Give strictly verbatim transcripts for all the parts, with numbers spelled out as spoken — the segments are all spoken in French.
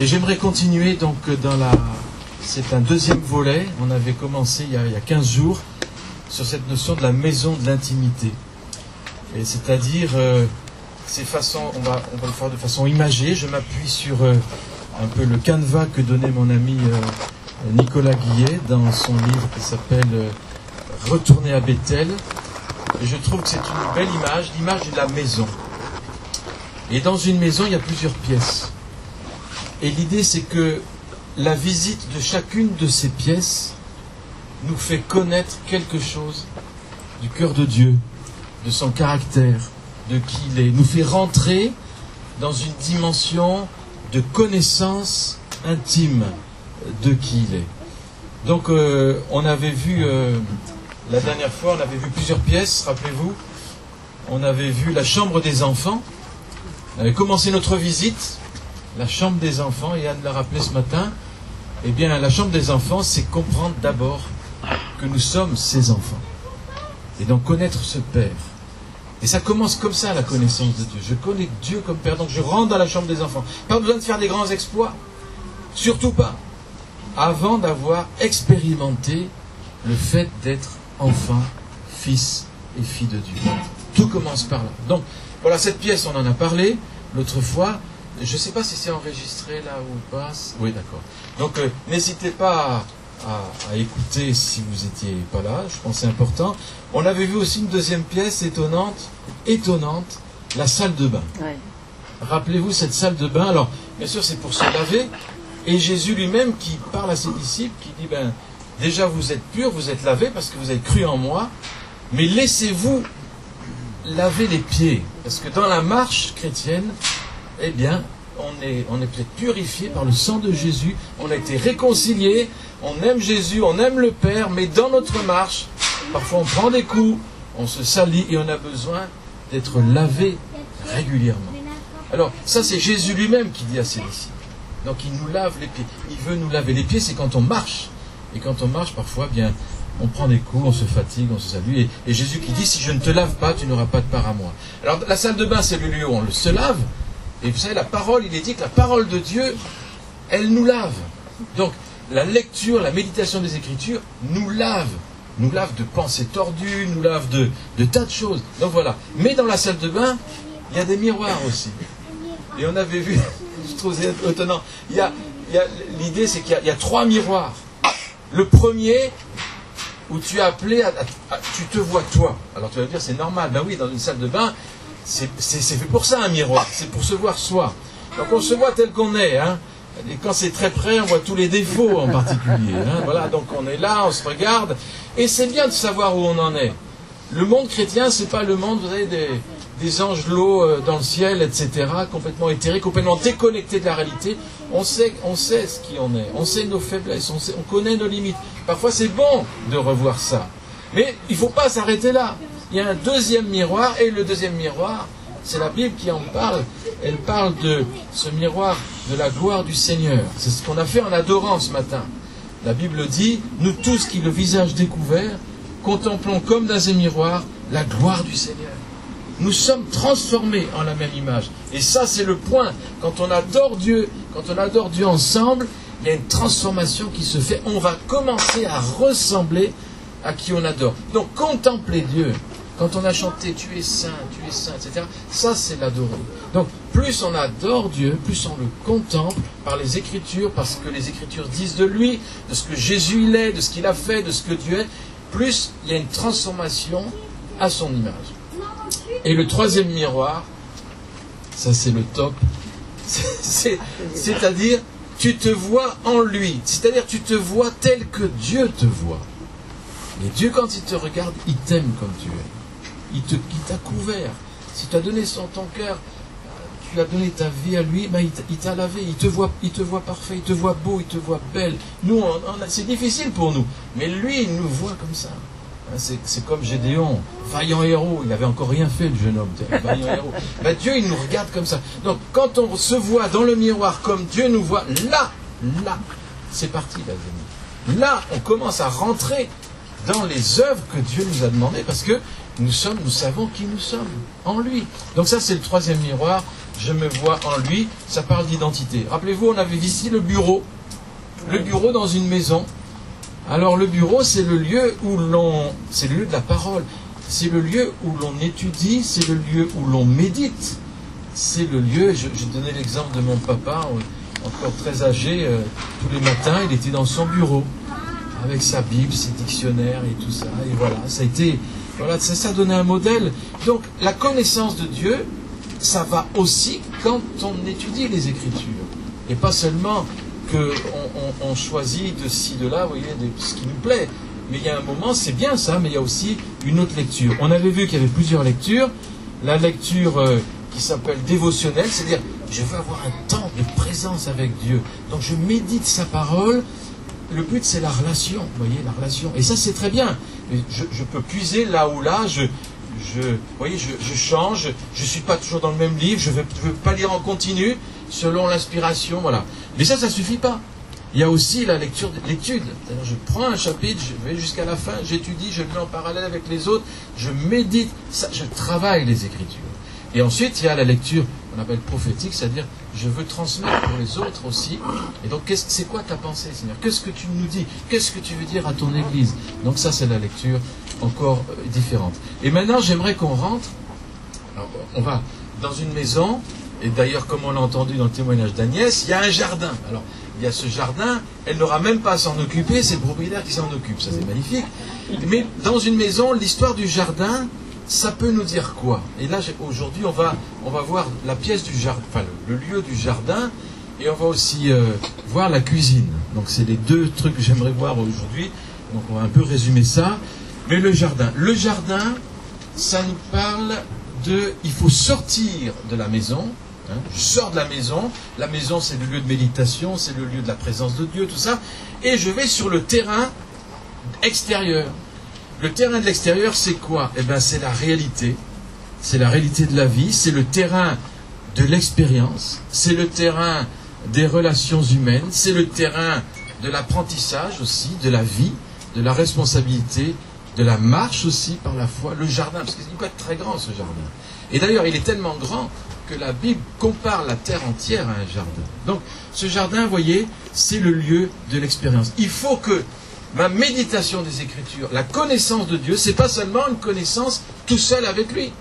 Et j'aimerais continuer donc dans la... C'est un deuxième volet, on avait commencé il y a, il y a quinze jours, sur cette notion de la maison de l'intimité. Et c'est-à-dire, euh, ces façons, on va, on va le faire de façon imagée, je m'appuie sur euh, un peu le canevas que donnait mon ami euh, Nicolas Guillet dans son livre qui s'appelle euh, « Retourner à Bethel ». Et je trouve que c'est une belle image, l'image de la maison. Et dans une maison, il y a plusieurs pièces. Et l'idée, c'est que la visite de chacune de ces pièces nous fait connaître quelque chose du cœur de Dieu, de son caractère, de qui il est, nous fait rentrer dans une dimension de connaissance intime de qui il est. Donc, euh, on avait vu, euh, la dernière fois, on avait vu plusieurs pièces, rappelez-vous. On avait vu la chambre des enfants. On avait commencé notre visite. La chambre des enfants, et Anne l'a rappelé ce matin, eh bien, la chambre des enfants, c'est comprendre d'abord que nous sommes ses enfants. Et donc connaître ce Père. Et ça commence comme ça, la connaissance de Dieu. Je connais Dieu comme Père, donc je rentre dans la chambre des enfants. Pas besoin de faire des grands exploits. Surtout pas. Avant d'avoir expérimenté le fait d'être enfant, fils et fille de Dieu. Tout commence par là. Donc, voilà, cette pièce, on en a parlé l'autre fois. Je ne sais pas si c'est enregistré là ou pas. Oui, d'accord. Donc, euh, n'hésitez pas à, à, à écouter si vous n'étiez pas là. Je pense que c'est important. On avait vu aussi une deuxième pièce étonnante, étonnante, la salle de bain. Ouais. Rappelez-vous cette salle de bain. Alors, bien sûr, c'est pour se laver. Et Jésus lui-même qui parle à ses disciples, qui dit, ben, déjà vous êtes purs, vous êtes lavés parce que vous avez cru en moi, mais laissez-vous laver les pieds. Parce que dans la marche chrétienne, eh bien, on est, on est peut-être purifié par le sang de Jésus, on a été réconcilié, on aime Jésus, on aime le Père, mais dans notre marche, parfois on prend des coups, on se salit et on a besoin d'être lavé régulièrement. Alors, ça c'est Jésus lui-même qui dit à ses disciples. Donc il nous lave les pieds. Il veut nous laver les pieds, c'est quand on marche. Et quand on marche, parfois, bien, on prend des coups, on se fatigue, on se salue. Et, et Jésus qui dit, si je ne te lave pas, tu n'auras pas de part à moi. Alors, la salle de bain, c'est le lieu où on se lave. Et vous savez, la parole, il est dit que la parole de Dieu, elle nous lave. Donc, la lecture, la méditation des Écritures nous lave. Nous lave de pensées tordues, nous lave de, de tas de choses. Donc voilà. Mais dans la salle de bain, il y a des miroirs aussi. Et on avait vu, je trouve ça étonnant, il y a, il y a, l'idée c'est qu'il y a, il y a trois miroirs. Le premier, où tu es appelé à, à, à... Tu te vois toi. Alors tu vas dire, c'est normal. Ben oui, dans une salle de bain, c'est, c'est, c'est fait pour ça un miroir. C'est pour se voir soi. Donc on se voit tel qu'on est. Hein. Et quand c'est très près, on voit tous les défauts en particulier. Hein. Voilà, donc on est là, on se regarde. Et c'est bien de savoir où on en est. Le monde chrétien, c'est pas le monde, vous savez, des... des angelots dans le ciel, et cetera, complètement éthérés, complètement déconnectés de la réalité. On sait, on sait ce qui on est, on sait nos faiblesses, on, sait, on connaît nos limites. Parfois, c'est bon de revoir ça. Mais il ne faut pas s'arrêter là. Il y a un deuxième miroir, et le deuxième miroir, c'est la Bible qui en parle. Elle parle de ce miroir de la gloire du Seigneur. C'est ce qu'on a fait en adorant ce matin. La Bible dit, nous tous qui, le visage découvert, contemplons comme dans un miroir la gloire du Seigneur. Nous sommes transformés en la même image. Et ça, c'est le point. Quand on adore Dieu, quand on adore Dieu ensemble, il y a une transformation qui se fait. On va commencer à ressembler à qui on adore. Donc, contempler Dieu. Quand on a chanté « Tu es saint, tu es saint », et cetera, ça, c'est l'adorer. Donc, plus on adore Dieu, plus on le contemple par les Écritures, parce que les Écritures disent de lui, de ce que Jésus il est, de ce qu'il a fait, de ce que Dieu est, plus il y a une transformation à son image. Et le troisième miroir, ça c'est le top, c'est, c'est-à-dire tu te vois en lui, c'est-à-dire tu te vois tel que Dieu te voit. Et Dieu, quand il te regarde, il t'aime comme tu es. Il, te, il t'a couvert. Si tu as donné son, ton cœur, tu as donné ta vie à lui, ben il, il t'a lavé, il te, voit, il te voit parfait, il te voit beau, il te voit belle. Nous, on, on a, c'est difficile pour nous, mais lui, il nous voit comme ça. C'est, c'est comme Gédéon, vaillant héros, il n'avait encore rien fait le jeune homme, vaillant héros. Ben, Dieu il nous regarde comme ça. Donc quand on se voit dans le miroir comme Dieu nous voit, là, là, c'est parti les amis. Là, on commence à rentrer dans les œuvres que Dieu nous a demandées, parce que nous sommes, nous savons qui nous sommes, en lui. Donc ça, c'est le troisième miroir, je me vois en lui, ça parle d'identité. Rappelez-vous, on avait ici le bureau, le bureau dans une maison. Alors le bureau, c'est le lieu où l'on, c'est le lieu de la parole, c'est le lieu où l'on étudie, c'est le lieu où l'on médite, c'est le lieu, je, je donnais l'exemple de mon papa, encore très âgé, euh, tous les matins, il était dans son bureau, avec sa Bible, ses dictionnaires et tout ça, et voilà, ça a été, voilà, ça, ça donnait un modèle. Donc la connaissance de Dieu, ça va aussi quand on étudie les Écritures, et pas seulement qu'on on, on choisit de ci, de là, vous voyez, de, ce qui nous plaît. Mais il y a un moment, c'est bien ça, mais il y a aussi une autre lecture. On avait vu qu'il y avait plusieurs lectures. La lecture euh, qui s'appelle dévotionnelle, c'est-à-dire, je veux avoir un temps de présence avec Dieu. Donc je médite sa parole. Le but, c'est la relation, vous voyez, la relation. Et ça, c'est très bien. Je, je peux puiser là ou là, je... Je, vous voyez, je, je change, je ne suis pas toujours dans le même livre, je ne veux, veux pas lire en continu, selon l'inspiration, voilà. Mais ça, ça ne suffit pas. Il y a aussi la lecture de l'étude. Je prends un chapitre, je vais jusqu'à la fin, j'étudie, je le mets en parallèle avec les autres, je médite, ça, je travaille les Écritures. Et ensuite, il y a la lecture qu'on appelle prophétique, c'est-à-dire je veux transmettre pour les autres aussi. Et donc, c'est quoi ta pensée, Seigneur? Qu'est-ce que tu nous dis? Qu'est-ce que tu veux dire à ton Église? Donc ça, c'est la lecture encore euh, différente. Et maintenant, j'aimerais qu'on rentre. Alors, on va dans une maison, et d'ailleurs, comme on l'a entendu dans le témoignage d'Agnès, il y a un jardin. Alors, il y a ce jardin, elle n'aura même pas à s'en occuper, c'est le propriétaire qui s'en occupe, ça c'est magnifique. Mais dans une maison, l'histoire du jardin, ça peut nous dire quoi? Et là, aujourd'hui, on va, on va voir la pièce du jardin, enfin le, le lieu du jardin, et on va aussi euh, voir la cuisine. Donc c'est les deux trucs que j'aimerais voir aujourd'hui. Donc on va un peu résumer ça. Mais le jardin, le jardin, ça nous parle de, il faut sortir de la maison. Hein, je sors de la maison. La maison, c'est le lieu de méditation, c'est le lieu de la présence de Dieu, tout ça. Et je vais sur le terrain extérieur. Le terrain de l'extérieur, c'est quoi? Eh bien, c'est la réalité. C'est la réalité de la vie. C'est le terrain de l'expérience. C'est le terrain des relations humaines. C'est le terrain de l'apprentissage aussi, de la vie, de la responsabilité, de la marche aussi par la foi. Le jardin, parce qu'il peut être très grand, ce jardin. Et d'ailleurs, il est tellement grand que la Bible compare la terre entière à un jardin. Donc, ce jardin, vous voyez, c'est le lieu de l'expérience. Il faut que ma méditation des Écritures, la connaissance de Dieu, c'est pas seulement une connaissance tout seul avec lui.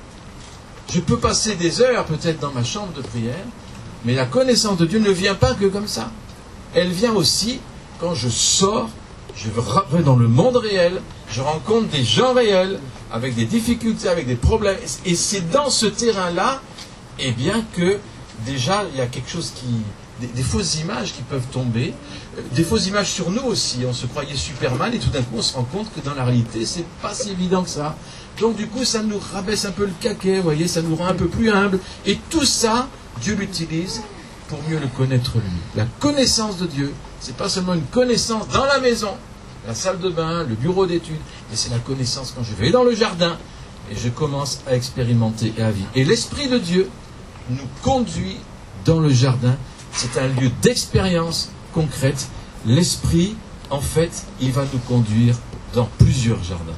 Je peux passer des heures peut-être dans ma chambre de prière, mais la connaissance de Dieu ne vient pas que comme ça. Elle vient aussi quand je sors, je vais dans le monde réel, je rencontre des gens réels, avec des difficultés, avec des problèmes. Et c'est dans ce terrain-là, eh bien que déjà il y a quelque chose qui... Des, des fausses images qui peuvent tomber, des fausses images sur nous aussi. On se croyait Superman et tout d'un coup on se rend compte que dans la réalité c'est pas si évident que ça. Donc du coup ça nous rabaisse un peu le caquet, vous voyez, ça nous rend un peu plus humble. Et tout ça, Dieu l'utilise pour mieux le connaître lui. La connaissance de Dieu, c'est pas seulement une connaissance dans la maison, la salle de bain, le bureau d'études, mais c'est la connaissance quand je vais dans le jardin et je commence à expérimenter et à vivre. Et l'Esprit de Dieu nous conduit dans le jardin. C'est un lieu d'expérience concrète. L'Esprit, en fait, il va nous conduire dans plusieurs jardins.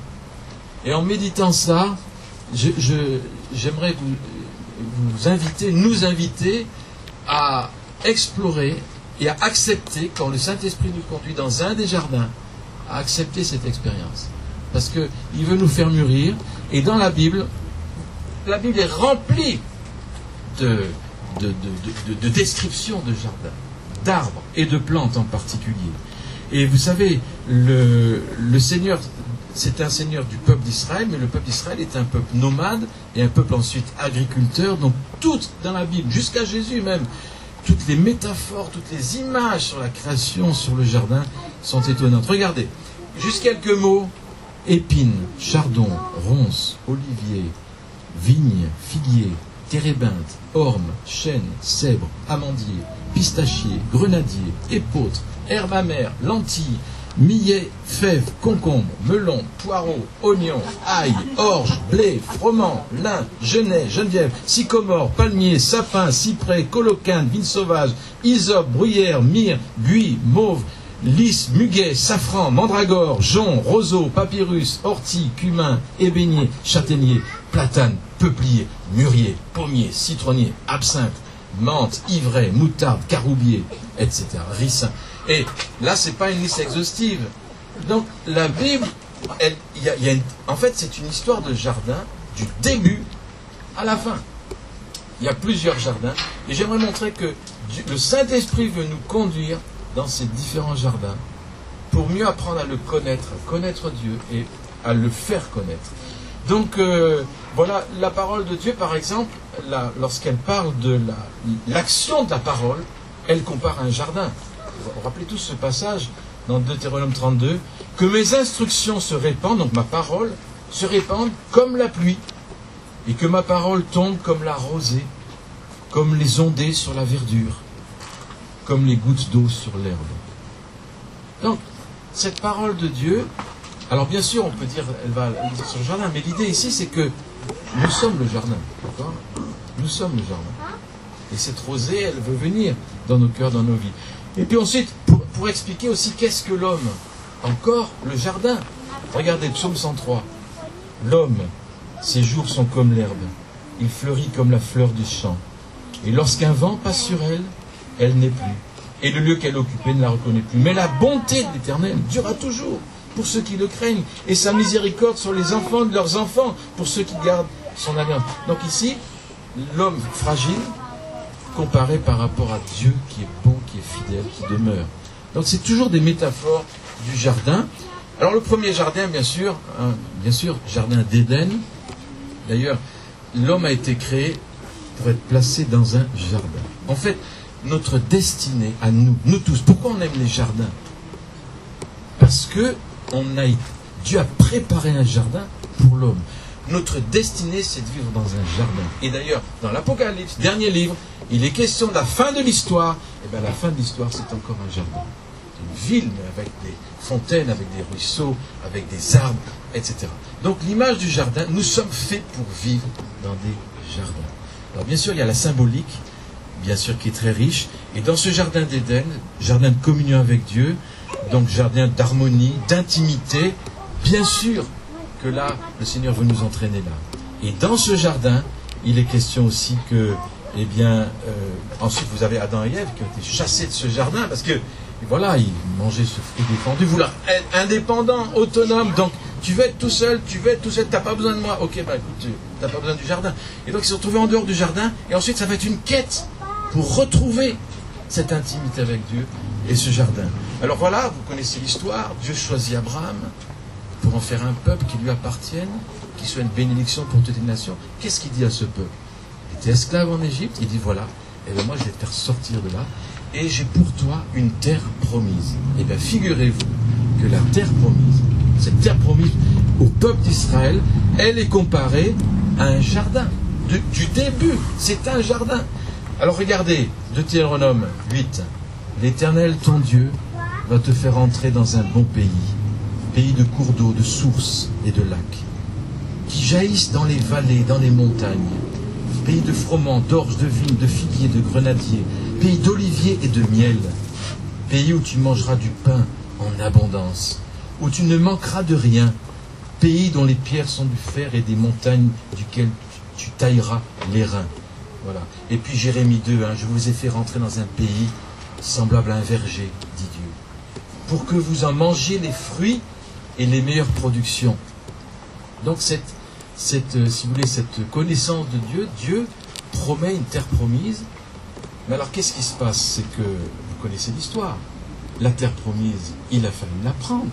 Et en méditant ça, je, je, j'aimerais vous, vous inviter, nous inviter à explorer et à accepter, quand le Saint-Esprit nous conduit dans un des jardins, à accepter cette expérience. Parce qu'il veut nous faire mûrir. Et dans la Bible, la Bible est remplie de... De, de, de, de description de jardins, d'arbres et de plantes en particulier. Et vous savez, le, le Seigneur, c'est un Seigneur du peuple d'Israël, mais le peuple d'Israël est un peuple nomade et un peuple ensuite agriculteur. Donc tout dans la Bible, jusqu'à Jésus même, toutes les métaphores, toutes les images sur la création, sur le jardin, sont étonnantes. Regardez, juste quelques mots: épines, chardon, ronces, olivier, vigne, figuier, térébinthe, orme, chêne, cèdre, amandier, pistachier, grenadier, épeautre, herbe amère, lentilles, millet, fèves, concombre, melon, poireau, oignon, ail, orge, blé, froment, lin, genêt, genièvre, sycomore, palmier, sapin, cyprès, coloquinte, vigne sauvage, hysope, bruyère, myrrhe, buis, mauve, lys, muguet, safran, mandragore, jonc, roseau, papyrus, ortie, cumin, ébénier, châtaignier, platane, peuplier, mûrier, pommier, citronnier, absinthe, menthe, ivraie, moutarde, caroubier, et cetera. Ricin. Et là, c'est pas une liste exhaustive. Donc, la Bible, elle, y a, y a une, en fait, c'est une histoire de jardin du début à la fin. Il y a plusieurs jardins. Et j'aimerais montrer que Dieu, le Saint-Esprit veut nous conduire dans ces différents jardins pour mieux apprendre à le connaître, à connaître Dieu et à le faire connaître. Donc, euh, voilà, la parole de Dieu, par exemple, la, lorsqu'elle parle de la, l'action de la parole, elle compare à un jardin. Vous vous rappelez tous ce passage dans Deutéronome trente-deux, que mes instructions se répandent, donc ma parole, se répandent comme la pluie, et que ma parole tombe comme la rosée, comme les ondées sur la verdure, comme les gouttes d'eau sur l'herbe. Donc, cette parole de Dieu, alors bien sûr, on peut dire, elle va dire sur le jardin, mais l'idée ici, c'est que nous sommes le jardin, d'accord ? Nous sommes le jardin. Et cette rosée, elle veut venir dans nos cœurs, dans nos vies. Et puis ensuite, pour, pour expliquer aussi qu'est-ce que l'homme, encore le jardin. Regardez, psaume cent trois. L'homme, ses jours sont comme l'herbe, il fleurit comme la fleur du champ. Et lorsqu'un vent passe sur elle, elle n'est plus. Et le lieu qu'elle occupait ne la reconnaît plus. Mais la bonté de l'Éternel durera toujours pour ceux qui le craignent, et sa miséricorde sur les enfants de leurs enfants, pour ceux qui gardent son alliance. Donc ici, l'homme fragile, comparé par rapport à Dieu qui est bon, qui est fidèle, qui demeure. Donc c'est toujours des métaphores du jardin. Alors le premier jardin, bien sûr, hein, bien sûr, jardin d'Éden. D'ailleurs, l'homme a été créé pour être placé dans un jardin. En fait, notre destinée à nous, nous tous, pourquoi on aime les jardins? Parce que on a, Dieu a préparé un jardin pour l'homme. Notre destinée, c'est de vivre dans un jardin. Et d'ailleurs, dans l'Apocalypse, dernier livre, il est question de la fin de l'histoire. Et bien, la fin de l'histoire, c'est encore un jardin. Une ville, mais avec des fontaines, avec des ruisseaux, avec des arbres, et cetera. Donc, l'image du jardin, nous sommes faits pour vivre dans des jardins. Alors, bien sûr, il y a la symbolique, bien sûr, qui est très riche. Et dans ce jardin d'Éden, jardin de communion avec Dieu, donc jardin d'harmonie, d'intimité, bien sûr, que là, le Seigneur veut nous entraîner là. Et dans ce jardin, il est question aussi que, eh bien, euh, ensuite vous avez Adam et Ève qui ont été chassés de ce jardin parce que, voilà, ils mangeaient ce fruit défendu, vouloir être indépendants, autonomes, donc tu veux être tout seul, tu veux être tout seul, t'as pas besoin de moi, ok, bah écoute, tu n'as pas besoin du jardin. Et donc ils se sont retrouvés en dehors du jardin, et ensuite ça va être une quête pour retrouver cette intimité avec Dieu et ce jardin. Alors voilà, vous connaissez l'histoire, Dieu choisit Abraham pour en faire un peuple qui lui appartienne, qui soit une bénédiction pour toutes les nations. Qu'est-ce qu'il dit à ce peuple? Il était esclave en Égypte, il dit voilà, et bien moi je vais te faire sortir de là, et j'ai pour toi une terre promise. Et bien figurez-vous que la terre promise, cette terre promise au peuple d'Israël, elle est comparée à un jardin. De, du début, c'est un jardin. Alors regardez, Deutéronome huit, l'Éternel ton Dieu va te faire entrer dans un bon pays, pays de cours d'eau, de sources et de lacs, qui jaillissent dans les vallées, dans les montagnes, pays de froment, d'orge, de vignes, de figuiers, de grenadiers, pays d'oliviers et de miel, pays où tu mangeras du pain en abondance, où tu ne manqueras de rien, pays dont les pierres sont du fer et des montagnes duquel tu tailleras les reins. Voilà. Et puis Jérémie deux, hein, je vous ai fait rentrer dans un pays semblable à un verger, dit Dieu, pour que vous en mangiez les fruits et les meilleures productions. Donc cette, cette, euh, si vous voulez, cette connaissance de Dieu, Dieu promet une terre promise. Mais alors qu'est-ce qui se passe? C'est que vous connaissez l'histoire. La terre promise, il a fallu la prendre.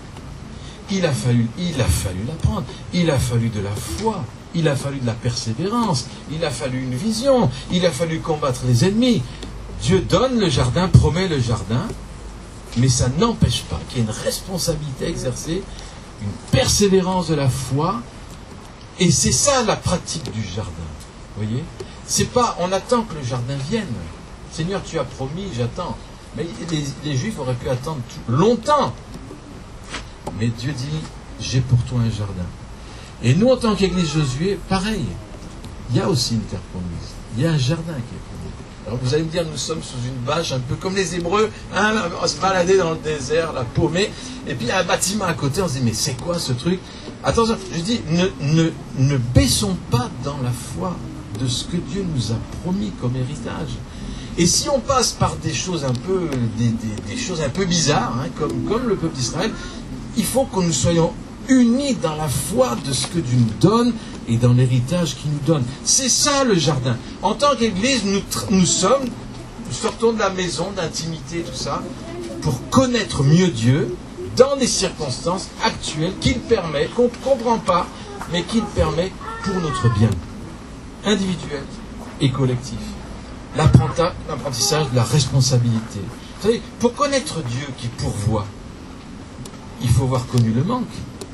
Il a fallu, il a fallu la prendre. Il a fallu de la foi. Il a fallu de la persévérance. Il a fallu une vision. Il a fallu combattre les ennemis. Dieu donne le jardin, promet le jardin, mais ça n'empêche pas qu'il y ait une responsabilité exercée, une persévérance de la foi, et c'est ça la pratique du jardin. Vous voyez? C'est pas, on attend que le jardin vienne. Seigneur, tu as promis, j'attends. Mais les, les Juifs auraient pu attendre tout, longtemps. Mais Dieu dit, j'ai pour toi un jardin. Et nous, en tant qu'Église Josué, pareil. Il y a aussi une terre promise. Il y a un jardin qui est promis. Alors vous allez me dire, nous sommes sous une bâche, un peu comme les Hébreux, hein, on se baladait dans le désert, la paumée, et puis il y a un bâtiment à côté, on se dit, mais c'est quoi ce truc? Attention, je dis, ne, ne, ne baissons pas dans la foi de ce que Dieu nous a promis comme héritage. Et si on passe par des choses un peu, des, des, des choses un peu bizarres, hein, comme, comme le peuple d'Israël, il faut que nous soyons unis dans la foi de ce que Dieu nous donne et dans l'héritage qu'il nous donne. C'est ça le jardin. En tant qu'Église, nous, nous sommes, nous sortons de la maison, d'intimité, tout ça, pour connaître mieux Dieu dans les circonstances actuelles qu'il permet, qu'on ne comprend pas, mais qu'il permet pour notre bien individuel et collectif. L'apprentissage de la responsabilité. Vous savez, pour connaître Dieu qui pourvoit, il faut avoir connu le manque.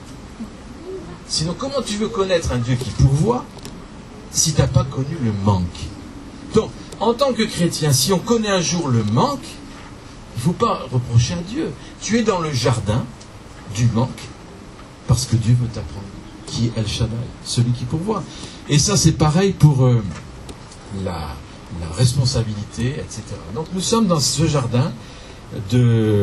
Sinon, comment tu veux connaître un Dieu qui pourvoit si tu n'as pas connu le manque? Donc, en tant que chrétien, si on connaît un jour le manque, il ne faut pas reprocher à Dieu. Tu es dans le jardin du manque parce que Dieu veut t'apprendre. Qui est El Shaddai, celui qui pourvoit. Et ça, c'est pareil pour euh, la, la responsabilité, et cetera. Donc, nous sommes dans ce jardin de,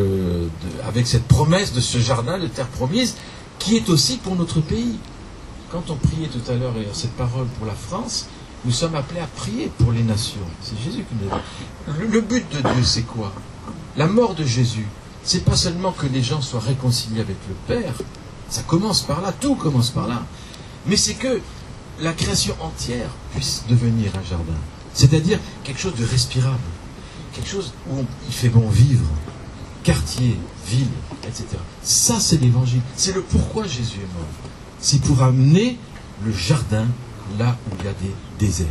de, avec cette promesse de ce jardin de terre promise qui est aussi pour notre pays. Quand on priait tout à l'heure et cette parole pour la France, nous sommes appelés à prier pour les nations. C'est Jésus qui nous a dit. Le, le but de Dieu, c'est quoi? La mort de Jésus, c'est pas seulement que les gens soient réconciliés avec le Père, ça commence par là, tout commence par là, mais c'est que la création entière puisse devenir un jardin. C'est-à-dire quelque chose de respirable, quelque chose où on, il fait bon vivre, quartier, ville, et cetera. Ça, c'est l'évangile. C'est le pourquoi Jésus est mort. C'est pour amener le jardin là où il y a des déserts.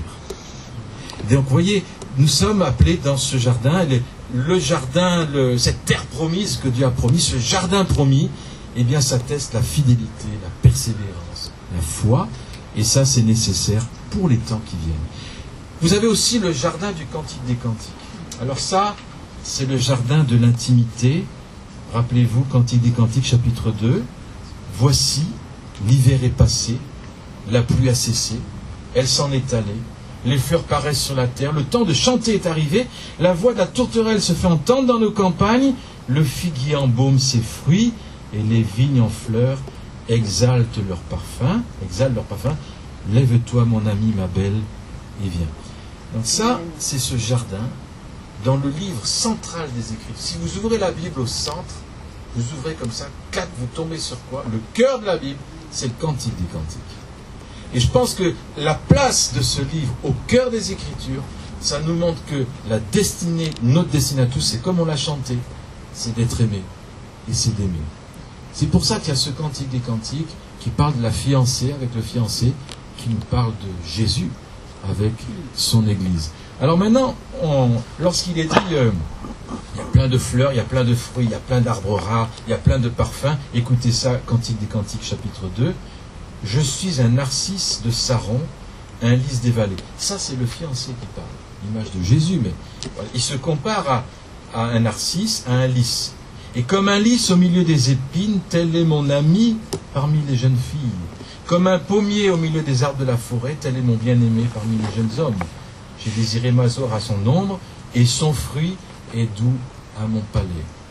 Donc, vous voyez, nous sommes appelés dans ce jardin, le, le jardin, le, cette terre promise que Dieu a promis, ce jardin promis, eh bien, ça teste la fidélité, la persévérance, la foi, et ça, c'est nécessaire pour les temps qui viennent. Vous avez aussi le jardin du Cantique des Cantiques. Alors ça, c'est le jardin de l'intimité. Rappelez-vous, Cantique des Cantiques, chapitre deux. Voici, l'hiver est passé, la pluie a cessé, elle s'en est allée, les fleurs paraissent sur la terre, le temps de chanter est arrivé, la voix de la tourterelle se fait entendre dans nos campagnes, le figuier embaume ses fruits, et les vignes en fleurs exaltent leur parfum, exaltent leur parfum. Lève-toi, mon ami, ma belle, et viens. Donc ça, c'est ce jardin dans le livre central des Écritures. Si vous ouvrez la Bible au centre, vous ouvrez comme ça, quatre, vous tombez sur quoi? Le cœur de la Bible, c'est le Cantique des Cantiques. Et je pense que la place de ce livre au cœur des Écritures, ça nous montre que la destinée, notre destinée à tous, c'est comme on l'a chanté, c'est d'être aimé et c'est d'aimer. C'est pour ça qu'il y a ce Cantique des Cantiques qui parle de la fiancée avec le fiancé, qui nous parle de Jésus avec son Église. Alors maintenant, on, lorsqu'il est dit, euh, il y a plein de fleurs, il y a plein de fruits, il y a plein d'arbres rares, il y a plein de parfums, écoutez ça, Cantique des Cantiques, chapitre deux, je suis un narcisse de Saron, un lys des vallées. Ça, c'est le fiancé qui parle, l'image de Jésus, mais voilà, il se compare à, à un narcisse, à un lys. Et comme un lys au milieu des épines, tel est mon ami parmi les jeunes filles. Comme un pommier au milieu des arbres de la forêt, tel est mon bien-aimé parmi les jeunes hommes. J'ai désiré Mazor à son ombre, et son fruit est doux à mon palais.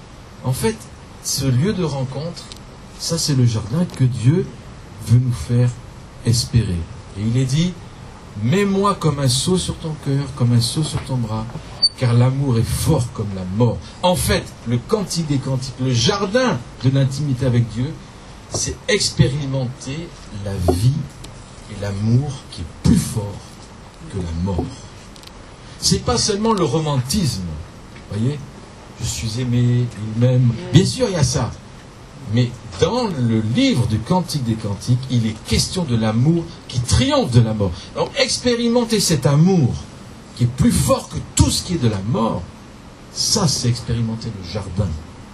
En fait, ce lieu de rencontre, ça c'est le jardin que Dieu veut nous faire espérer. Et il est dit, mets-moi comme un sceau sur ton cœur, comme un sceau sur ton bras, car l'amour est fort comme la mort. En fait, le Cantique des Cantiques, le jardin de l'intimité avec Dieu, c'est expérimenter la vie et l'amour qui est plus fort que la mort. C'est pas seulement le romantisme, voyez, je suis aimé, il m'aime. Bien sûr, il y a ça. Mais dans le livre du Cantique des Cantiques, il est question de l'amour qui triomphe de la mort. Donc, expérimenter cet amour qui est plus fort que tout ce qui est de la mort, ça, c'est expérimenter le jardin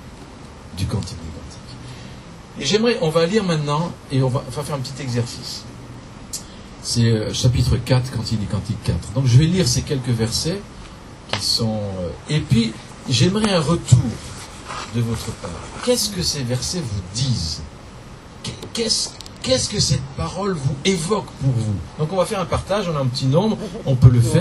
du Cantique des Cantiques. Et j'aimerais, on va lire maintenant, et on va, on va faire un petit exercice. C'est euh, chapitre quatre, Cantique des Cantiques quatre. Donc je vais lire ces quelques versets qui sont... Euh, et puis, j'aimerais un retour de votre part. Qu'est-ce que ces versets vous disent? Qu'est-ce, qu'est-ce que cette parole vous évoque pour vous? Donc on va faire un partage, on a un petit nombre, on peut le faire.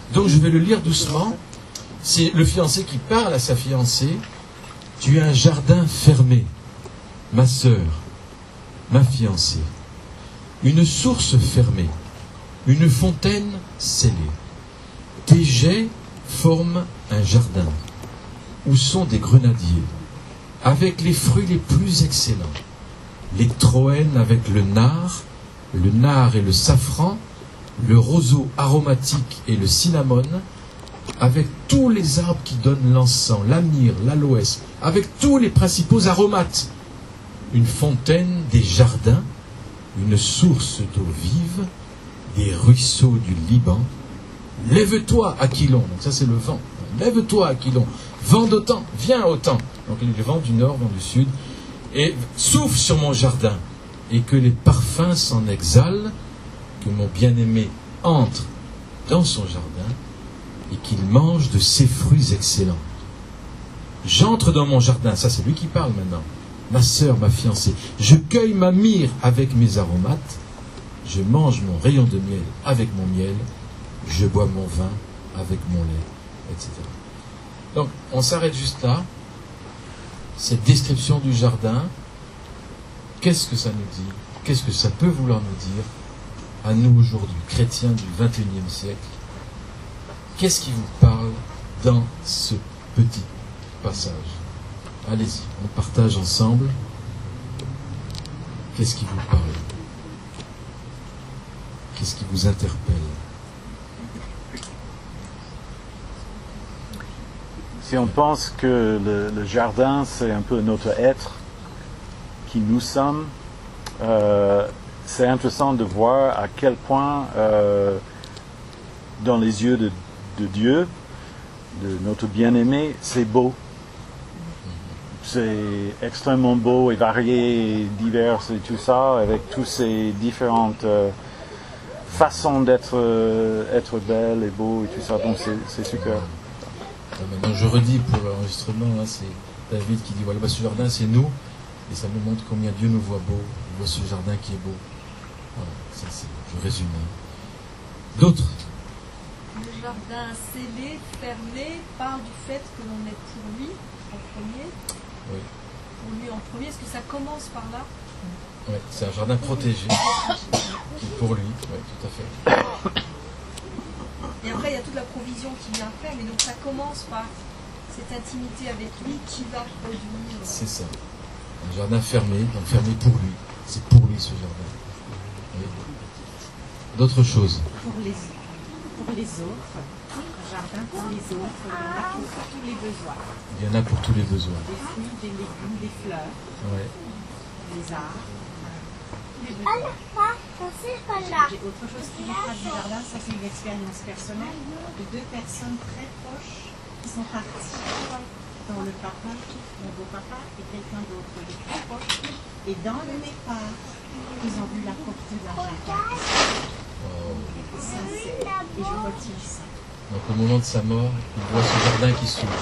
Donc je vais le lire doucement. C'est le fiancé qui parle à sa fiancée. Tu as un jardin fermé, ma sœur, ma fiancée. Une source fermée, une fontaine scellée. Tes jets forment un jardin, où sont des grenadiers, avec les fruits les plus excellents. Les troènes avec le nard, le nard et le safran, le roseau aromatique et le cinnamon, avec tous les arbres qui donnent l'encens, la myrrhe, l'aloès, avec tous les principaux aromates. Une fontaine des jardins, une source d'eau vive, des ruisseaux du Liban. Lève-toi, Aquilon. Donc ça c'est le vent. Lève-toi, Aquilon. Vent d'autant, viens autant. Donc il y a le vent du nord, vent du sud. Et souffle sur mon jardin, et que les parfums s'en exhalent, que mon bien-aimé entre dans son jardin, et qu'il mange de ses fruits excellents. J'entre dans mon jardin, ça c'est lui qui parle maintenant, ma sœur, ma fiancée. Je cueille ma myrrhe avec mes aromates, je mange mon rayon de miel avec mon miel, je bois mon vin avec mon lait, et cetera. Donc on s'arrête juste là. Cette description du jardin, qu'est-ce que ça nous dit? Qu'est-ce que ça peut vouloir nous dire à nous aujourd'hui, chrétiens du vingt et unième siècle? Qu'est-ce qui vous parle dans ce petit passage? Allez-y, on partage ensemble. Qu'est-ce qui vous parle? Qu'est-ce qui vous interpelle? Si on pense que le, le jardin, c'est un peu notre être, qui nous sommes, euh, c'est intéressant de voir à quel point, euh, dans les yeux de, de Dieu, de notre bien-aimé, c'est beau. C'est extrêmement beau et varié, et divers et tout ça, avec toutes ces différentes euh, façons d'être euh, être belle et beau et tout ça. Donc c'est, c'est super. Donc je redis pour l'enregistrement, hein, c'est David qui dit voilà, bah, ce jardin c'est nous, et ça nous montre combien Dieu nous voit beau, il voit ce jardin qui est beau. Voilà, ça c'est, je résume. Hein. D'autres? Le jardin scellé, fermé, parle du fait que l'on est pour lui en premier. Oui. Pour lui en premier, est-ce que ça commence par là? Oui, c'est un jardin protégé. Pour lui, oui, tout à fait. Et après, il y a toute la provision qui vient après, mais donc ça commence par cette intimité avec lui qui va produire. C'est ça. Un jardin fermé, donc fermé pour lui. C'est pour lui ce jardin. Oui. D'autres choses? Pour les, pour les autres, un jardin pour les autres, il y en a pour tous les besoins. Il y en a pour tous les besoins. Des fruits, des légumes, des fleurs, Ouais. des arbres. Les besoins. J'ai autre chose qui me frappe du jardin, ça c'est une expérience personnelle de deux personnes très proches qui sont parties, dont le papa, mon beau-papa et quelqu'un d'autre de très proche, et dans le départ, ils ont vu la porte de leur jardin. Oh. Ça, c'est... Et je retiens ça. Donc au moment de sa mort, il voit ce jardin qui s'ouvre.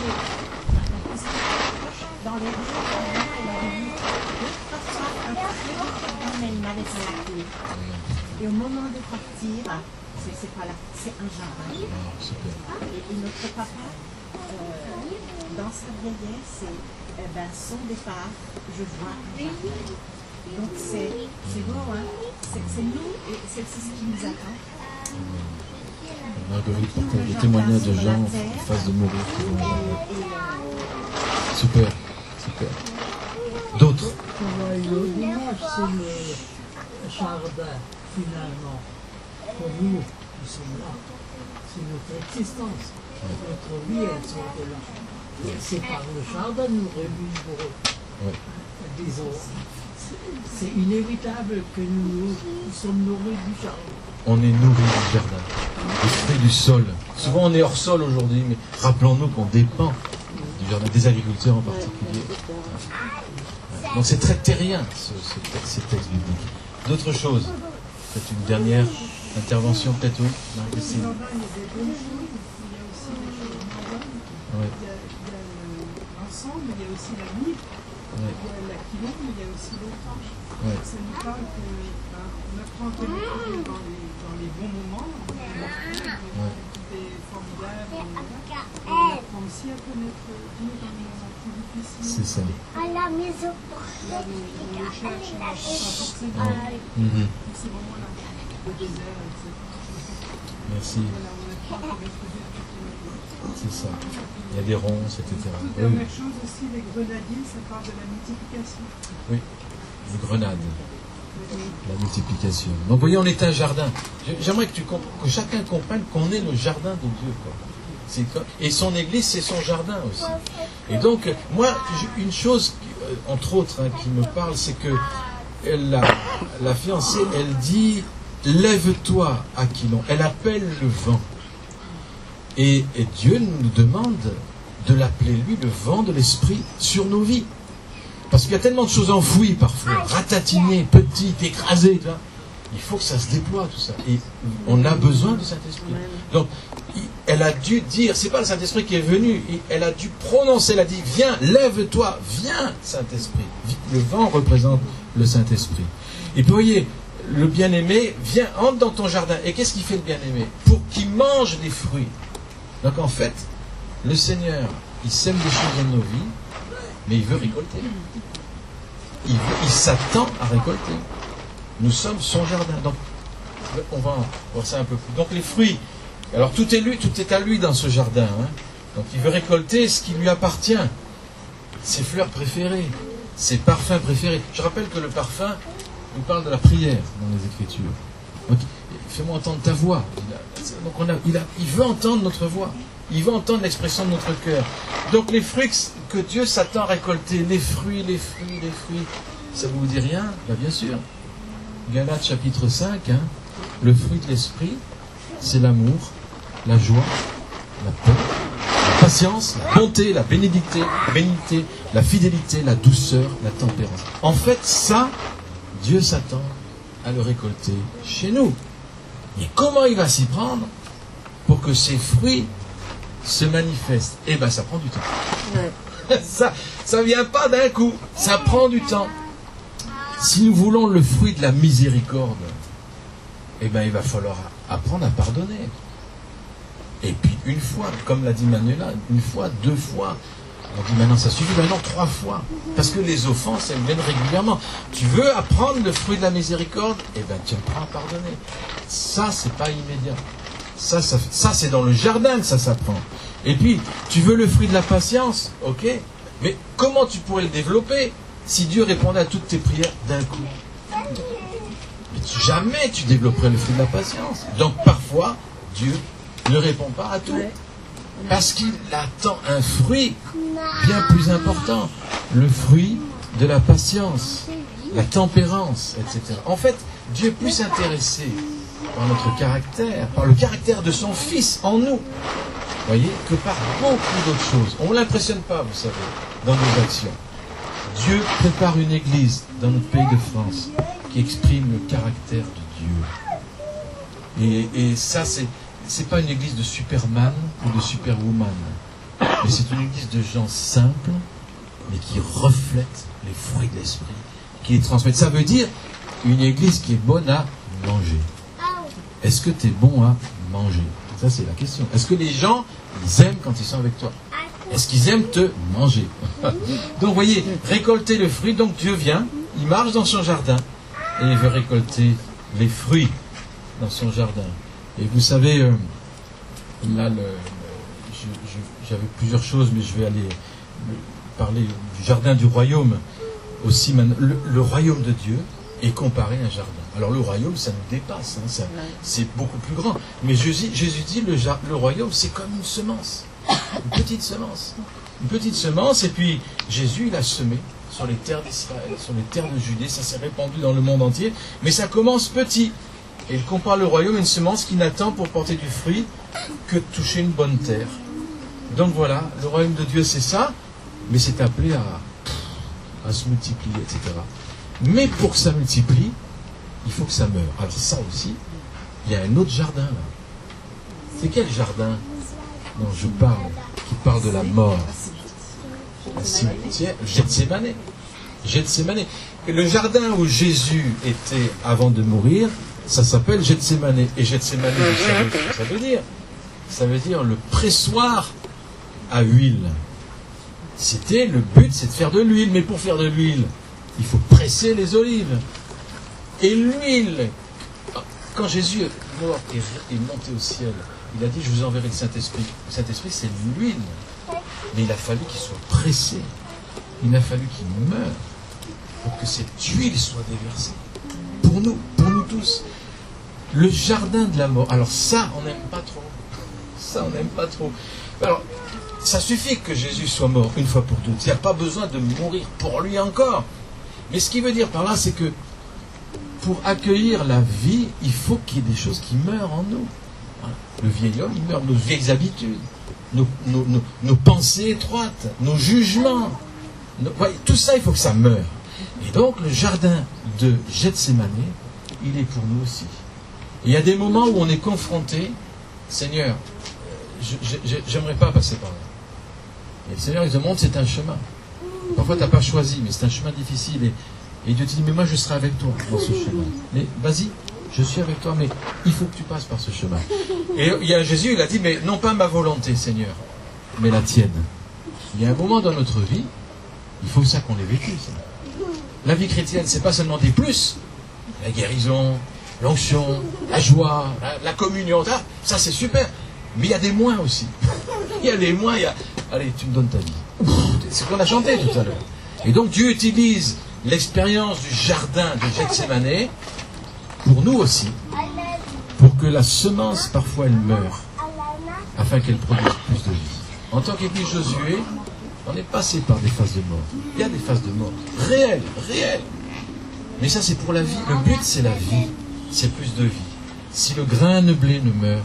Dans les rues, elle avait vu deux, trois fois un feu, mais il n'avait pas la clé. Et au moment de partir, c'est, c'est, pas la, c'est un jardin. Oh, super. Et, et notre papa, euh, dans sa vieillesse, et, eh ben, son départ, je vois un jardin. Donc c'est, c'est beau, hein? c'est, c'est nous, et c'est, c'est ce qui nous attend. Marguerite partage des témoignages de gens en face de mourir qui vont au jardin. Super, super. D'autres? L'image, c'est le jardin, finalement. Pour nous, nous sommes là. C'est notre existence. Notre vie, elle sort de là. C'est par le jardin que nous revivrons. Ouais. Disons, c'est inévitable que nous, nous sommes nourris du jardin. On est nourris du jardin, des fruits du sol. Souvent on est hors sol aujourd'hui, mais rappelons-nous qu'on dépend du jardin, des agriculteurs en particulier. Donc c'est très terrien ce, ce texte, ces textes bibliques. D'autres choses? Peut-être une dernière intervention, peut-être oui, Marie-Christine. Il y a des bonnes choses, il y a aussi des choses mauvaises. Ouais. Il y a, il y a l'ensemble, il y a aussi la vie. Ouais. Il y a l'Aquilon, mais il y a aussi l'autre. Ouais. Ça nous parle que ben, on apprend à connaître Dieu dans les, dans les bons moments, dans les Ouais. tout est formidable. Et on apprend aussi à connaître Dieu dans les moments plus difficiles. C'est ça. Là, on, on le cherche, on apprend à forcer Dieu. Mhm. Tous ces moments-là, le désert, et cetera. Merci. Voilà, on apprend à connaître Dieu de toutes les manières. C'est ça. Il y a des ronces, et cetera. Toute Oui, dernière chose aussi, les grenadiers, ça parle de la multiplication. oui. Les grenades. La multiplication. Donc, vous voyez, on est un jardin. J'aimerais que, tu comp- que chacun comprenne qu'on est le jardin de Dieu. Quoi. C'est quoi. Et son église, c'est son jardin aussi. Et donc, moi, je- une chose, euh, entre autres, hein, qui me parle, c'est que elle, la, la fiancée, elle dit « Lève-toi, Aquilon ». Elle appelle le vent. Et, et Dieu nous demande de l'appeler, lui, le vent de l'esprit sur nos vies. Parce qu'il y a tellement de choses enfouies parfois, ratatinées, petites, écrasées. Tu vois. Il faut que ça se déploie, tout ça. Et on a besoin du Saint-Esprit. Donc, il- elle a dû dire, c'est pas le Saint-Esprit qui est venu, il- elle a dû prononcer, elle a dit, viens, lève-toi, viens, Saint-Esprit. Le vent représente le Saint-Esprit. Et puis, vous voyez, le bien-aimé, viens, entre dans ton jardin. Et qu'est-ce qu'il fait le bien-aimé? Pour qu'il mange des fruits. Donc, en fait, le Seigneur, il sème des choses dans nos vies, mais il veut récolter. Il, veut- il s'attend à récolter. Nous sommes son jardin. Donc, on va voir ça un peu plus. Donc, les fruits. Alors, tout est lui, tout est à lui dans ce jardin. Hein. Donc, il veut récolter ce qui lui appartient. Ses fleurs préférées, ses parfums préférés. Je rappelle que le parfum nous parle de la prière dans les Écritures. Donc, fais-moi entendre ta voix. Il a- donc, on a, il, a, il veut entendre notre voix. Il veut entendre l'expression de notre cœur. Donc, les fruits que Dieu s'attend à récolter, les fruits, les fruits, les fruits, ça ne vous dit rien? Ben, bien sûr. Galates chapitre cinq, hein, le fruit de l'esprit, c'est l'amour, la joie, la paix, la patience, la bonté, la bénédicté, la bénignité, la fidélité, la douceur, la tempérance. En fait, ça, Dieu s'attend à le récolter chez nous. Et comment il va s'y prendre pour que ces fruits se manifestent? Eh bien, ça prend du temps. Ça ça vient pas d'un coup, ça prend du temps. Si nous voulons le fruit de la miséricorde, eh bien, il va falloir apprendre à pardonner. Et puis, une fois, comme l'a dit Manuela, une fois, deux fois, on dit maintenant ça suffit, maintenant trois fois. Parce que les offenses, elles viennent régulièrement. Tu veux apprendre le fruit de la miséricorde, eh bien, tu apprends à pardonner. Ça, c'est pas immédiat. Ça, ça, ça c'est dans le jardin que ça s'apprend. Et puis, tu veux le fruit de la patience, ok, mais comment tu pourrais le développer si Dieu répondait à toutes tes prières d'un coup? Mais tu- jamais tu développerais le fruit de la patience. Donc parfois, Dieu ne répond pas à tout. Parce qu'il attend un fruit bien plus important. Le fruit de la patience, la tempérance, et cetera. En fait, Dieu est plus intéressé par notre caractère, par le caractère de son Fils en nous, voyez, que par beaucoup d'autres choses. On ne l'impressionne pas, vous savez, dans nos actions. Dieu prépare une église dans notre pays de France qui exprime le caractère de Dieu. Et, et ça, c'est c'est pas une église de Superman ou de Superwoman, mais c'est une église de gens simples, mais qui reflètent les fruits de l'esprit, qui les transmettent. Ça veut dire une église qui est bonne à manger. Est-ce que tu es bon à manger? Ça, c'est la question. Est-ce que les gens, ils aiment quand ils sont avec toi? Est-ce qu'ils aiment te manger? Donc, vous voyez, récolter le fruit. Donc, Dieu vient, il marche dans son jardin et il veut récolter les fruits dans son jardin. Et vous savez, euh, là, le, le- je- je- j'avais plusieurs choses, mais je vais aller le- parler du jardin du royaume aussi. maintenant. Le, le royaume de Dieu est comparé à un jardin. Alors, le royaume, ça nous dépasse, hein, ça- c'est beaucoup plus grand. Mais Jésus, Jésus dit, le, jar- le royaume, c'est comme une semence. Une petite semence. Une petite semence, et puis Jésus, il a semé sur les terres d'Israël, sur les terres de Judée, ça s'est répandu dans le monde entier, mais ça commence petit. Et il compare le royaume à une semence qui n'attend pour porter du fruit que de toucher une bonne terre. Donc voilà, le royaume de Dieu, c'est ça, mais c'est appelé à, à se multiplier, et cetera. Mais pour que ça multiplie, il faut que ça meure. Alors ça aussi, il y a un autre jardin là. C'est quel jardin dont je parle, qui parle de la mort? Un cimetière, Gethsémané. Gethsémane. Et le jardin où Jésus était avant de mourir, ça s'appelle Gethsémane. Et Gethsémane, vous savez ce que ça veut dire? Ça veut dire le pressoir à huile. C'était, le but, c'est de faire de l'huile. Mais pour faire de l'huile, il faut presser les olives. Et l'huile, quand Jésus est mort et est monté au ciel, il a dit, je vous enverrai le Saint-Esprit. Le Saint-Esprit, c'est l'huile. Mais il a fallu qu'il soit pressé. Il a fallu qu'il meure pour que cette huile soit déversée. Pour nous, pour nous tous. Le jardin de la mort. Alors ça, on n'aime pas trop. Ça, on n'aime pas trop. Alors, ça suffit que Jésus soit mort une fois pour toutes. Il n'y a pas besoin de mourir pour lui encore. Mais ce qu'il veut dire par là, c'est que pour accueillir la vie, il faut qu'il y ait des choses qui meurent en nous. Le vieil homme, il meurt, nos vieilles habitudes, nos, nos, nos, nos pensées étroites, nos jugements. Nos, ouais, tout ça, il faut que ça meure. Et donc, le jardin de Gethsémane, il est pour nous aussi. Et il y a des moments où on est confronté, Seigneur, j'aimerais pas passer par là. Et le Seigneur, il te montre, c'est un chemin. Parfois, tu n'as pas choisi, mais c'est un chemin difficile. Et, et Dieu te dit, mais moi, je serai avec toi dans ce chemin. Mais vas-y, je suis avec toi, mais il faut que tu passes par ce chemin. Et il y a Jésus, il a dit, mais non pas ma volonté, Seigneur, mais la tienne. Il y a un moment dans notre vie, il faut ça qu'on l'ait vécu, ça. La vie chrétienne, c'est pas seulement des plus, la guérison, l'onction, la joie, la, la communion, ça, ça c'est super. Mais il y a des moins aussi. Il y a des moins, il y a... Allez, tu me donnes ta vie. C'est ce qu'on a chanté tout à l'heure. Et donc Dieu utilise l'expérience du jardin de Gethsémane pour nous aussi, pour que la semence, parfois, elle meure, afin qu'elle produise plus de vie. En tant qu'église Josué, on est passé par des phases de mort. Il y a des phases de mort. Réelles, réelles. Mais ça, c'est pour la vie. Le but, c'est la vie. C'est plus de vie. Si le grain de blé ne meurt,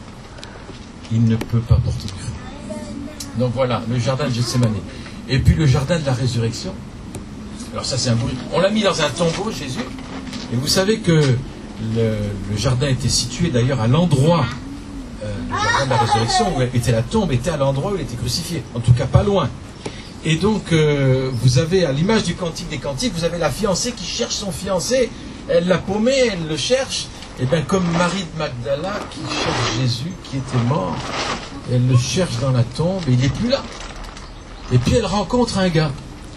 il ne peut pas porter de fruit. Donc voilà, le jardin de Gethsémane. Et puis le jardin de la résurrection. Alors ça, c'est un bruit. On l'a mis dans un tombeau, Jésus. Et vous savez que le, le jardin était situé d'ailleurs à l'endroit, euh, le jardin de la résurrection, où était la tombe, était à l'endroit où il était crucifié. En tout cas, pas loin. Et donc, euh, vous avez, à l'image du Cantique des Cantiques, vous avez la fiancée qui cherche son fiancé. Elle l'a paumé, elle le cherche. Et bien, comme Marie de Magdala qui cherche Jésus, qui était mort, elle le cherche dans la tombe et il n'est plus là. Et puis, elle rencontre un gars.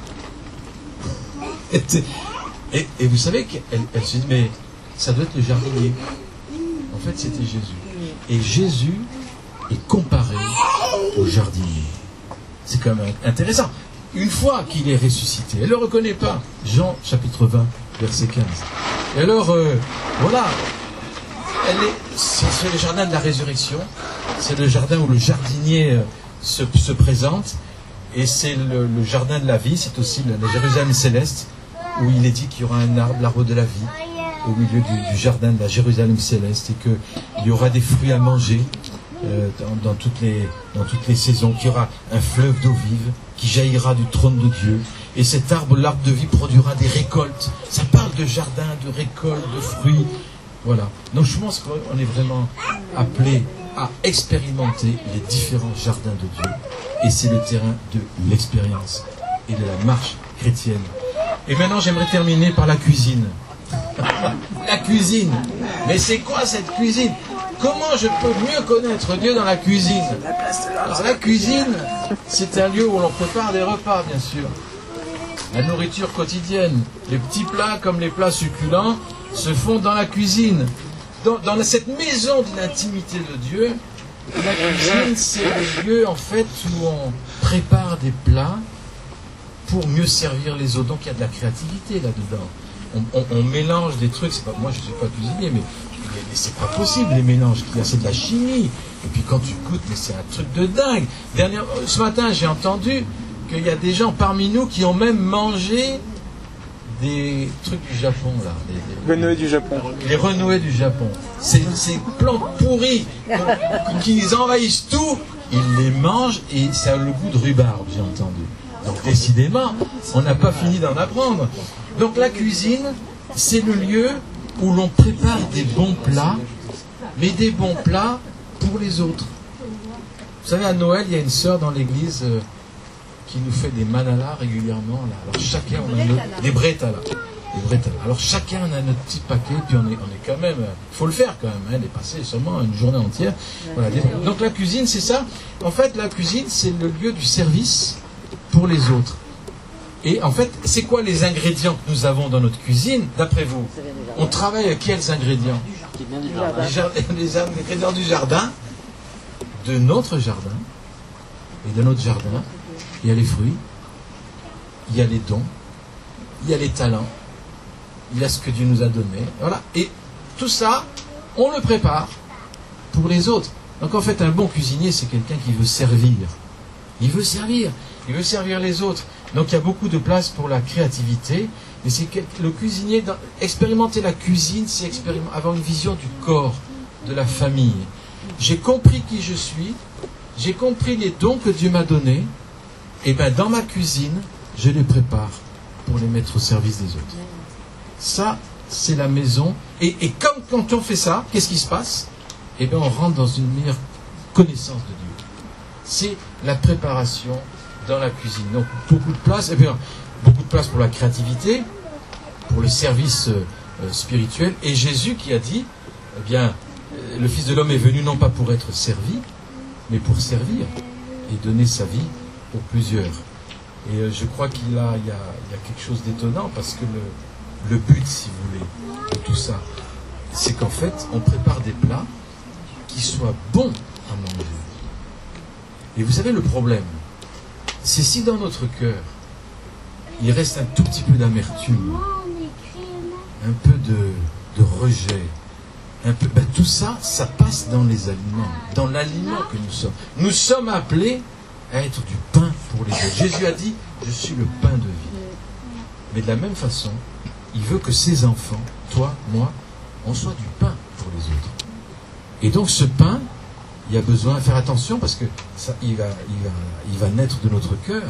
Et, et, et vous savez qu'elle elle se dit, mais ça doit être le jardinier. En fait, c'était Jésus. Et Jésus est comparé au jardinier. C'est quand même intéressant. Une fois qu'il est ressuscité, elle ne le reconnaît pas. Jean, chapitre vingt, verset quinze. Et alors, euh, voilà, c'est le jardin de la résurrection. C'est le jardin où le jardinier euh, se, se présente. Et c'est le, le jardin de la vie. C'est aussi la, la Jérusalem céleste, où il est dit qu'il y aura un arbre, l'arbre de la vie, au milieu du, du jardin de la Jérusalem céleste, et qu'il y aura des fruits à manger euh, dans, dans, toutes les, dans toutes les saisons, qu'il y aura un fleuve d'eau vive qui jaillira du trône de Dieu. Et cet arbre, l'arbre de vie, produira des récoltes. Ça parle de jardin, de récoltes, de fruits. Voilà. Donc je pense qu'on est vraiment appelé à expérimenter les différents jardins de Dieu. Et c'est le terrain de l'expérience et de la marche chrétienne. Et maintenant, j'aimerais terminer par la cuisine. La cuisine. Mais c'est quoi cette cuisine? Comment je peux mieux connaître Dieu dans la cuisine? Alors, la cuisine, c'est un lieu où l'on prépare des repas, bien sûr. La nourriture quotidienne, les petits plats comme les plats succulents se font dans la cuisine. Dans, dans cette maison de l'intimité de Dieu, la cuisine, c'est le lieu en fait où on prépare des plats pour mieux servir les autres. Donc il y a de la créativité là-dedans. On, on, on mélange des trucs, c'est pas, moi je ne suis pas cuisinier, mais, mais c'est pas possible les mélanges qu'il y a, c'est de la chimie. Et puis quand tu goûtes, c'est un truc de dingue. Dernière, ce matin, j'ai entendu qu'il y a des gens parmi nous qui ont même mangé des trucs du Japon, là. Les renoués du Japon. Les renoués du Japon. Ces, ces plantes pourries qui les envahissent tout, ils les mangent et ça a le goût de rhubarbe, j'ai entendu. Donc décidément, on n'a pas fini d'en apprendre. Donc la cuisine, c'est le lieu où l'on prépare des bons plats, mais des bons plats pour les autres. Vous savez, à Noël, il y a une sœur dans l'église euh, qui nous fait des manalas régulièrement. Là. Alors chacun, on a notre, des bretala. Des bretala. Alors chacun on a notre petit paquet, puis on est, on est quand même, il faut le faire quand même, hein, les passer seulement une journée entière. Voilà. Donc la cuisine, c'est ça. En fait, la cuisine, c'est le lieu du service pour les autres. Et en fait, c'est quoi les ingrédients que nous avons dans notre cuisine, d'après vous? On travaille avec quels ingrédients? Les ingrédients du jardin, de notre jardin, et de notre jardin, il y a les fruits, il y a les dons, il y a les talents, il y a ce que Dieu nous a donné. Voilà. Et tout ça, on le prépare pour les autres. Donc en fait, un bon cuisinier, c'est quelqu'un qui veut servir. Il veut servir. Il veut servir les autres. Donc il y a beaucoup de place pour la créativité. Mais c'est le cuisinier, dans, expérimenter la cuisine, c'est avoir une vision du corps, de la famille. J'ai compris qui je suis, j'ai compris les dons que Dieu m'a donnés, et bien dans ma cuisine, je les prépare pour les mettre au service des autres. Ça, c'est la maison. Et, et comme quand on fait ça, qu'est-ce qui se passe? Eh bien on rentre dans une meilleure connaissance de Dieu. C'est la préparation dans la cuisine. Donc beaucoup de place, et bien beaucoup de place pour la créativité, pour le service euh, spirituel. Et Jésus qui a dit, eh bien, euh, le Fils de l'homme est venu non pas pour être servi, mais pour servir et donner sa vie pour plusieurs. Et euh, je crois qu'il a, il y a, il y a quelque chose d'étonnant parce que le, le but, si vous voulez, de tout ça, c'est qu'en fait, on prépare des plats qui soient bons à manger. Et vous savez le problème, c'est si dans notre cœur, il reste un tout petit peu d'amertume, un peu de, de rejet, un peu, ben tout ça, ça passe dans les aliments, dans l'aliment que nous sommes. Nous sommes appelés à être du pain pour les autres. Jésus a dit, je suis le pain de vie. Mais de la même façon, il veut que ses enfants, toi, moi, on soit du pain pour les autres. Et donc ce pain, il y a besoin de faire attention parce que ça, il va, il va, il va naître de notre cœur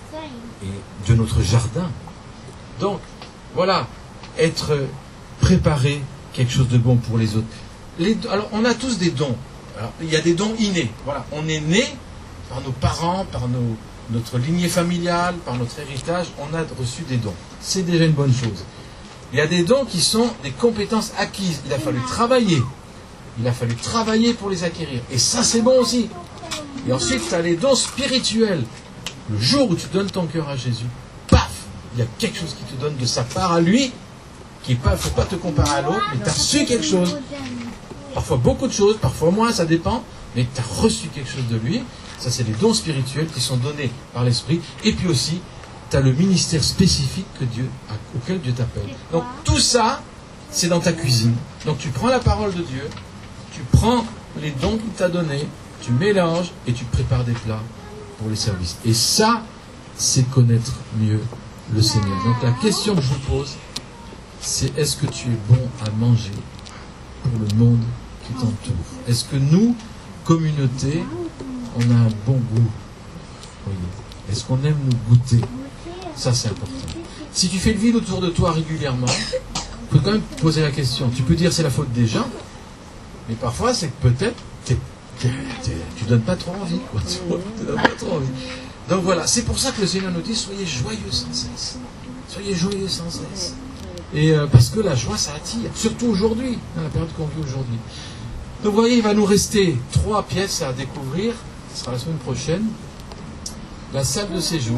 et de notre jardin. Donc, voilà, être préparé, quelque chose de bon pour les autres. Les, alors, on a tous des dons. Alors, il y a des dons innés. Voilà, on est né par nos parents, par nos, notre lignée familiale, par notre héritage, on a reçu des dons. C'est déjà une bonne chose. Il y a des dons qui sont des compétences acquises. Il a fallu travailler. Il a fallu travailler pour les acquérir. Et ça, c'est bon aussi. Et ensuite, tu as les dons spirituels. Le jour où tu donnes ton cœur à Jésus, paf, il y a quelque chose qui te donne de sa part à lui, qui ne faut pas te comparer à l'autre, mais tu as reçu quelque chose. Parfois beaucoup de choses, parfois moins, ça dépend, mais tu as reçu quelque chose de lui. Ça, c'est les dons spirituels qui sont donnés par l'Esprit. Et puis aussi, tu as le ministère spécifique que Dieu, auquel Dieu t'appelle. Donc tout ça, c'est dans ta cuisine. Donc tu prends la parole de Dieu, tu prends les dons qu'il t'a donnés, tu mélanges et tu prépares des plats pour les services. Et ça, c'est connaître mieux le Seigneur. Donc la question que je vous pose, c'est est-ce que tu es bon à manger pour le monde qui t'entoure? Est-ce que nous, communauté, on a un bon goût? Voyez. Est-ce qu'on aime nous goûter? Ça, c'est important. Si tu fais le vide autour de toi régulièrement, il faut quand même poser la question. Tu peux dire c'est la faute des gens, mais parfois c'est que peut-être t'es, t'es, t'es, tu ne donnes pas trop envie. Quoi, tu vois, tu donnes pas trop envie. Donc voilà, c'est pour ça que le Seigneur nous dit soyez joyeux sans cesse. Soyez joyeux sans cesse. Et euh, parce que la joie, ça attire, surtout aujourd'hui, dans la période qu'on vit aujourd'hui. Donc vous voyez, il va nous rester trois pièces à découvrir. Ce sera la semaine prochaine. La salle de séjour,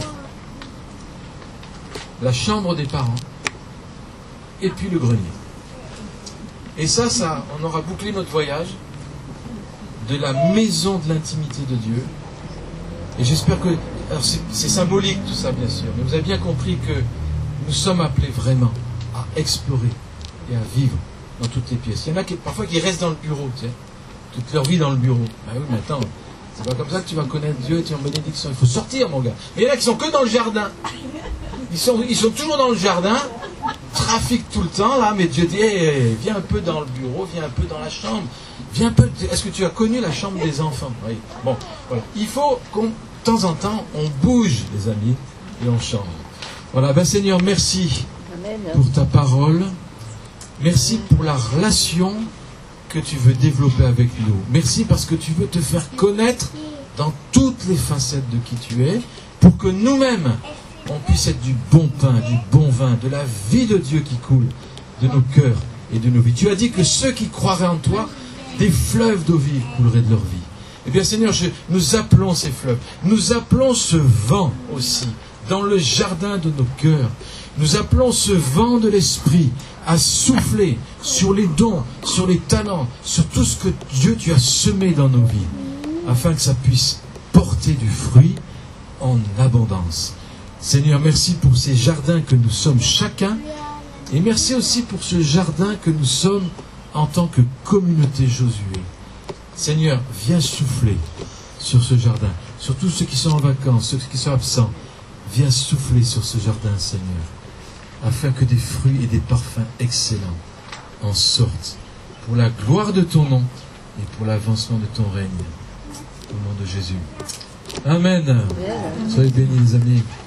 la chambre des parents, et puis le grenier. Et ça, ça, on aura bouclé notre voyage de la maison de l'intimité de Dieu. Et j'espère que... Alors c'est, c'est symbolique tout ça, bien sûr, mais vous avez bien compris que nous sommes appelés vraiment à explorer et à vivre dans toutes les pièces. Il y en a qui, parfois qui restent dans le bureau, tu sais, toute leur vie dans le bureau. Ben oui, mais attends, c'est pas comme ça que tu vas connaître Dieu et tu es en bénédiction. Il faut sortir, mon gars. Mais il y en a qui sont que dans le jardin. Ils sont, ils sont toujours dans le jardin, trafiquent tout le temps, là, mais Dieu dit, hey, viens un peu dans le bureau, viens un peu dans la chambre, viens un peu... Est-ce que tu as connu la chambre des enfants? Oui. Bon, voilà. Il faut qu'on, de temps en temps, on bouge, les amis, et on change. Voilà, ben Seigneur, merci pour ta parole. Merci pour la relation que tu veux développer avec nous. Merci parce que tu veux te faire connaître dans toutes les facettes de qui tu es, pour que nous-mêmes, on puisse être du bon pain, du bon vin, de la vie de Dieu qui coule de nos cœurs et de nos vies. Tu as dit que ceux qui croiraient en toi, des fleuves d'eau vive couleraient de leur vie. Eh bien Seigneur, je, nous appelons ces fleuves, nous appelons ce vent aussi dans le jardin de nos cœurs. Nous appelons ce vent de l'Esprit à souffler sur les dons, sur les talents, sur tout ce que Dieu tu as semé dans nos vies, afin que ça puisse porter du fruit en abondance. Seigneur, merci pour ces jardins que nous sommes chacun, et merci aussi pour ce jardin que nous sommes en tant que communauté Josué. Seigneur, viens souffler sur ce jardin, sur tous ceux qui sont en vacances, ceux qui sont absents. Viens souffler sur ce jardin, Seigneur, afin que des fruits et des parfums excellents en sortent pour la gloire de ton nom et pour l'avancement de ton règne. Au nom de Jésus. Amen. Soyez bénis, les amis.